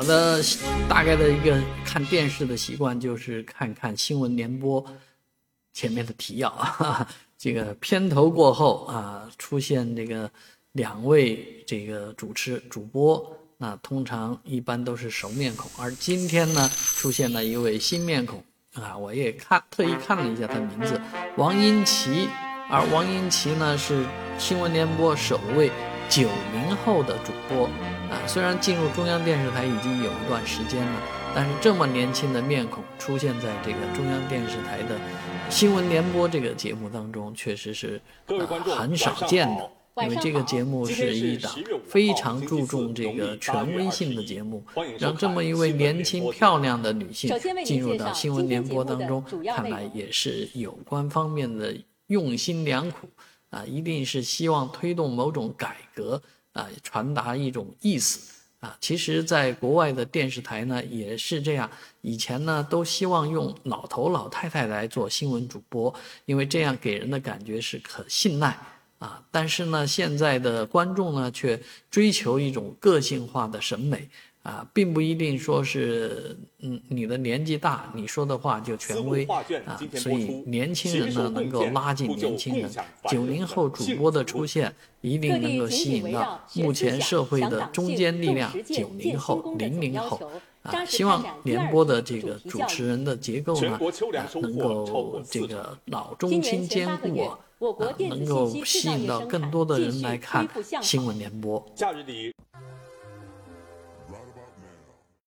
我的大概的一个看电视的习惯就是看看新闻联播前面的提要啊，这个片头过后啊，出现这个两位这个主播，那通常一般都是熟面孔，而今天呢出现了一位新面孔啊，我也特意看了一下他名字王英琦，而王英琦呢是新闻联播首位90后的主播啊，虽然进入中央电视台已经有一段时间了，但是这么年轻的面孔出现在这个中央电视台的新闻联播这个节目当中，确实是很少见的。因为这个节目是一档非常注重这个权威性的节目，让这么一位年轻漂亮的女性进入到新闻联播当中，看来也是有关方面的用心良苦啊，一定是希望推动某种改革啊，传达一种意思啊。其实在国外的电视台呢也是这样，以前呢都希望用老头老太太来做新闻主播，因为这样给人的感觉是可信赖啊。但是呢现在的观众呢却追求一种个性化的审美啊，并不一定说是你的年纪大，你说的话就权威啊，所以年轻人呢能够拉近年轻人，90后主播的出现一定能够吸引到目前社会的中坚力量90后、00后啊，希望联播的这个主持人的结构呢能够这个老中青兼顾能够吸引到更多的人来看新闻联播。 假日里